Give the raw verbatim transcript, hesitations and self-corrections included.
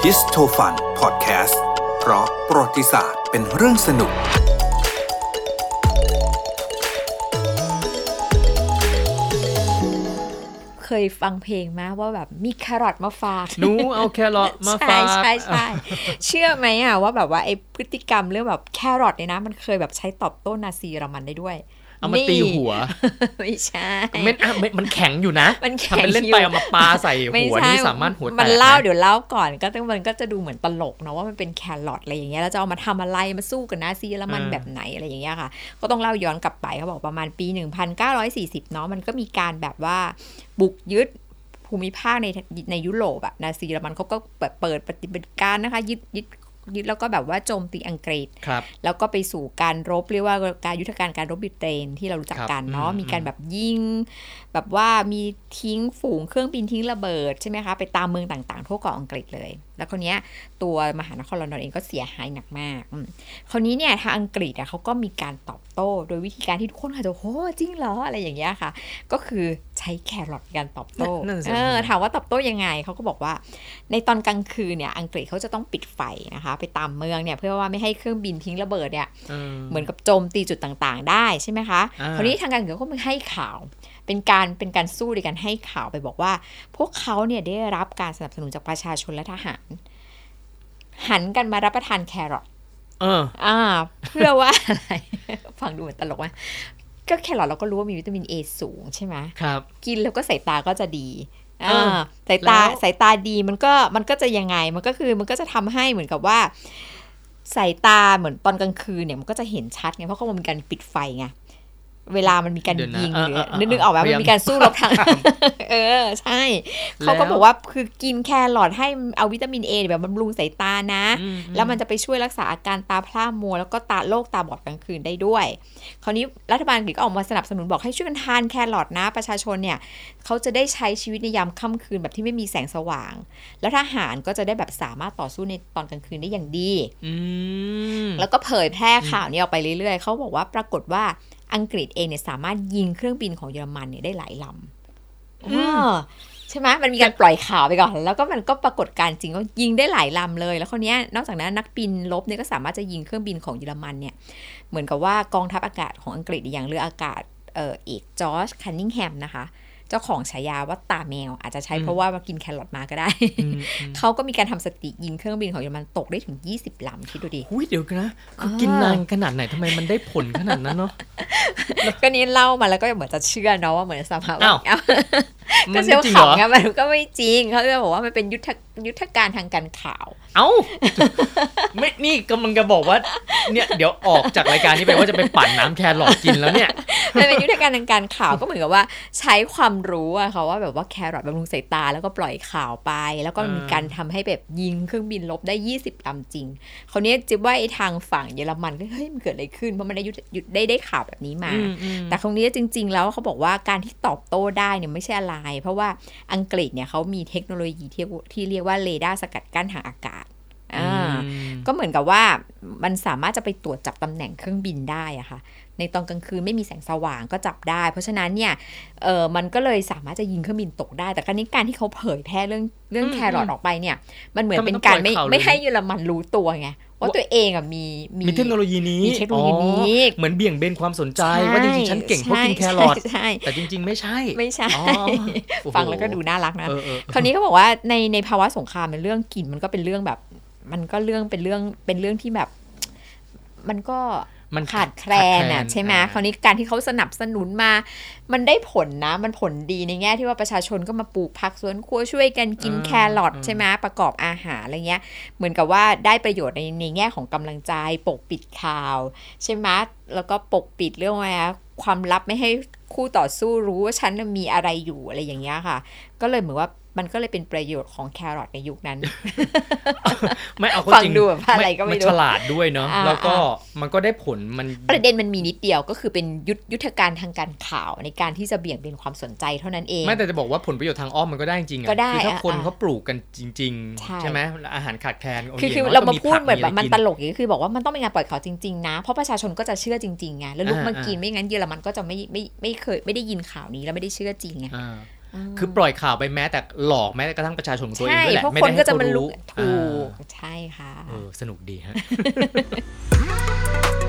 ดิสโทฟันพอดแคสต์เพราะประวัติศาสตร์เป็นเรื่องสนุกเคยฟังเพลงไหมว่าแบบมีแครอทมาฝากหนูเอาแครอทมาฝากใช่ใช่ใช่เชื่อไหมอ่ะว่าแบบว่าไอ้พฤติกรรมเรื่องแบบแครอทเนี่ยนะมันเคยแบบใช้ตอบโต้นาซีเยอรมันได้ด้วยเอามาตีหัวไม่ใช่มันอ่ะมันแข็งอยู่นะมันแข็งทำเป็นเล่นไปเอามาปาใส่หัวนี่สามารถหัวแตกมันเล่าเดี๋ยวเล่าก่อนก็ต้องมันก็จะดูเหมือนตลกเนาะว่ามันเป็นแครอทอะไรอย่างเงี้ยแล้วจะเอามาทำอะไรมาสู้กับนาซีเยอรมันแบบไหนอะไรอย่างเงี้ยค่ะก็ต้องเล่าย้อนกลับไปเขาบอกประมาณปีหนึ่งพันเก้าร้อยสี่สิบเนาะมันก็มีการแบบว่าบุกยึดภูมิภาคในในยุโรปอะนาซีเยอรมันเขาก็เปิดเปิดปฏิบัติการนะคะยึดยึดยึดแล้วก็แบบว่าโจมตีอังกฤษแล้วก็ไปสู่การรบเรียกว่าการยุทธการการรบบิเตนที่เรารู้จักกันเนาะมีการแบบยิงแบบว่ามีทิ้งฝูงเครื่องบินทิ้งระเบิดใช่ไหมคะไปตามเมืองต่างๆทั่วเกาะอังกฤษเลยแล้วคราวนี้ตัวมหานครลอนดอนเองก็เสียหายหนักมากคราวนี้เนี่ยทางอังกฤษอ่ะเขาก็มีการตอบโต้โดยวิธีการที่ทุกคนอาจจะโหจริงเหรออะไรอย่างเงี้ยค่ะก็คือใช้แครอทในการตอบโต้เออถามว่าตอบโต้ยังไงเขาก็บอกว่าในตอนกลางคืนเนี่ยอังกฤษเขาจะต้องปิดไฟนะคะไปตามเมืองเนี่ยเพื่อว่าไม่ให้เครื่องบินทิ้งระเบิดเนี่ยเหมือนกับโจมตีจุดต่างๆได้ใช่ไหมคะคราวนี้ทางการเมืองก็มาให้ข่าวเป็นการเป็นการสู้ในการให้ข่าวไปบอกว่าพวกเขาเนี่ยได้รับการสนับสนุนจากประชาชนและทหารหันกันมารับประทานแครอทเอออ่าเพื่อว่าอะไรฟังดูเหมือนตลกไหมก็แครอทเราก็รู้ว่ามีวิตามิน A สูงใช่ไหมครับกินแล้วก็สายตาก็จะดีอ่าสายตาสายตาดีมันก็มันก็จะยังไงมันก็คือมันก็จะทำให้เหมือนกับว่าสายตาเหมือนตอนกลางคืนเนี่ยมันก็จะเห็นชัดไงเพราะเขามีการปิดไฟไงเวลามันมีการยิงหรือนึกออกไหมมันมีการสู้รบทางเออใช่เขาก็บอกว่าคือกินแครอทให้เอาวิตามิน A แบบบำรุงสายตานะแล้วมันจะไปช่วยรักษาอาการตาพร่ามัวแล้วก็ตาโรคตาบอดกลางคืนได้ด้วยคราวนี้รัฐบาลอังกฤษก็ออกมาสนับสนุนบอกให้ช่วยกันทานแครอทนะประชาชนเนี่ยเขาจะได้ใช้ชีวิตในยามค่ำคืนแบบที่ไม่มีแสงสว่างแล้วทหารก็จะได้แบบสามารถต่อสู้ในตอนกลางคืนได้อย่างดีแล้วก็เผยแพร่ข่าวนี้ออกไปเรื่อยๆเขาบอกว่าปรากฏว่าอังกฤษเองเนี่ยสามารถยิงเครื่องบินของเยอรมันเนี่ยได้หลายลำใช่ไหมมันมีการปล่อยข่าวไปก่อนแล้วก็มันก็ปรากฏการณ์จริงว่ายิงได้หลายลำเลยแล้วคราวนี้นอกจากนั้นนักบินรบเนี่ยก็สามารถจะยิงเครื่องบินของเยอรมันเนี่ยเหมือนกับว่ากองทัพอากาศของอังกฤษอย่างเรืออากาศเอ่อเอกจอร์จคันนิงแฮมนะคะเจ้าของฉายาว่าตาแมวอาจจะใช้เพราะว่ามากินแครอทมาก็ได้เขาก็มีการทำสถิติยิงเครื่องบินของเยอรมันตกได้ถึงยี่สิบลำคิดดูดิหุ้ยเดี๋ยวนะคือกินนานขนาดไหนทำไมมันได้ผลขนาดนั้นเนาะก็นี้เล่ามาแล้วก็เหมือนจะเชื่อเนาะว่าเหมือนสภาพก็เชื่อจริงเหรอมันก็ไม่จริงเขาจะบอกว่ามันเป็นยุทธยุทธการทางการข่าวเอ้าไม่นี่กำลังจะบอกว่าเนี่ยเดี๋ยวออกจากรายการนี้ไปว่าจะไปปั่นน้ำแครอทกินแล้วเนี่ยมันเป็นยุทธการทางการข่าวก็เหมือนกับว่าใช้ความรู้อะเขาว่าแบบว่าแครอทบำรุงสายตาแล้วก็ปล่อยข่าวไปแล้วก็มีการทำให้แบบยิงเครื่องบินรบได้ยี่สิบลำจริงคราวนี้จิ๊บว่าไอ้ทางฝั่งเยอรมันก็เฮ้ยมันเกิดอะไรขึ้นเพราะมันได้ยุดได้ได้ข่าวแบบนี้มาแต่คราวนี้จริงๆแล้วเขาบอกว่าการที่ตอบโต้ได้เนี่ยไม่ใช่อะไรเพราะว่าอังกฤษเนี่ยเขามีเทคโนโลยีที่ที่เรียกว่าเรดาร์สกัดกั้นทางอากาศอ่าก็เหมือนกับว่ามันสามารถจะไปตรวจจับตำแหน่งเครื่องบินได้อะค่ะในตอนกลางคืนไม่มีแสงสว่างก็จับได้เพราะฉะนั้นเนี่ยเออมันก็เลยสามารถจะยิงเครื่องบินตกได้แต่การนี้การที่เขาเผยแพร่เรื่องเรื่องแครอทออกไปเนี่ยมันเหมือนเป็นการไม่ไม่ให้เยอรมันรู้ตัวไงว่าตัวเองอ่ะมีมีเทคโนโลยีนี้มีเทคโนโลยีนี้เหมือนเบี่ยงเบนความสนใจว่าจริงๆฉันเก่งเพราะกินแครอทแต่จริงๆไม่ใช่ไม่ใช่ฟังแล้วก็ดูน่ารักนะคราวนี้เขาบอกว่าในในภาวะสงครามเป็นเรื่องกลิ่นมันก็เป็นเรื่องแบบมันก็เรื่องเป็นเรื่องเป็นเรื่องที่แบบมันก็มันขาดแคลนน่ะใช่ไหมคราวนี้การที่เขาสนับสนุนมามันได้ผลนะมันผลดีในแง่ที่ว่าประชาชนก็มาปลูกผักสวนครัวช่วยกันกินแครอทใช่ไหมประกอบอาหารอะไรเงี้ยเหมือนกับว่าได้ประโยชน์ในในแง่ของกำลังใจปกปิดข่าวใช่ไหมแล้วก็ปกปิดเรื่องอะไรความลับไม่ให้คู่ต่อสู้รู้ว่าฉันมีอะไรอยู่อะไรอย่างเงี้ยค่ะก็เลยเหมือนว่ามันก็เลยเป็นประโยชน์ของแครอทในยุคนั้นไม่เอาจริงดูแบบอะไรก็ไม่รู้มันฉลาดด้วยเนาะแล้วก็มันก็ได้ผลมันประเด็นมันมีนิดเดียวก็คือเป็นยุทธการทางการข่าวในการที่จะเบี่ยงเบนความสนใจเท่านั้นเองไม่แต่จะบอกว่าผลประโยชน์ทางอ้อมมันก็ได้จริงอ่ะคือถ้าคนเขาปลูกกันจริงๆใช่ไหมอาหารขาดแคลนคือคือเรามาพูดแบบมันตลกอย่างนี้คือบอกว่ามันต้องเป็นงานปล่อยข่าวจริงๆนะเพราะประชาชนก็จะเชื่อจริงๆไงแล้วลุกมากินไม่งั้นเยอรมันก็จะไม่ไม่ไม่เคยไม่ได้ยินข่าวนี้แล้วไม่ได้เชื่อจริงไงคือปล่อยข่าวไปแม้แต่หลอกแม้แต่กระทั่งประชาชนตัวเองด้วยแหละไม่ได้ให้เขารู้ถูกใช่ใช่ค่ะเออสนุกดีฮะ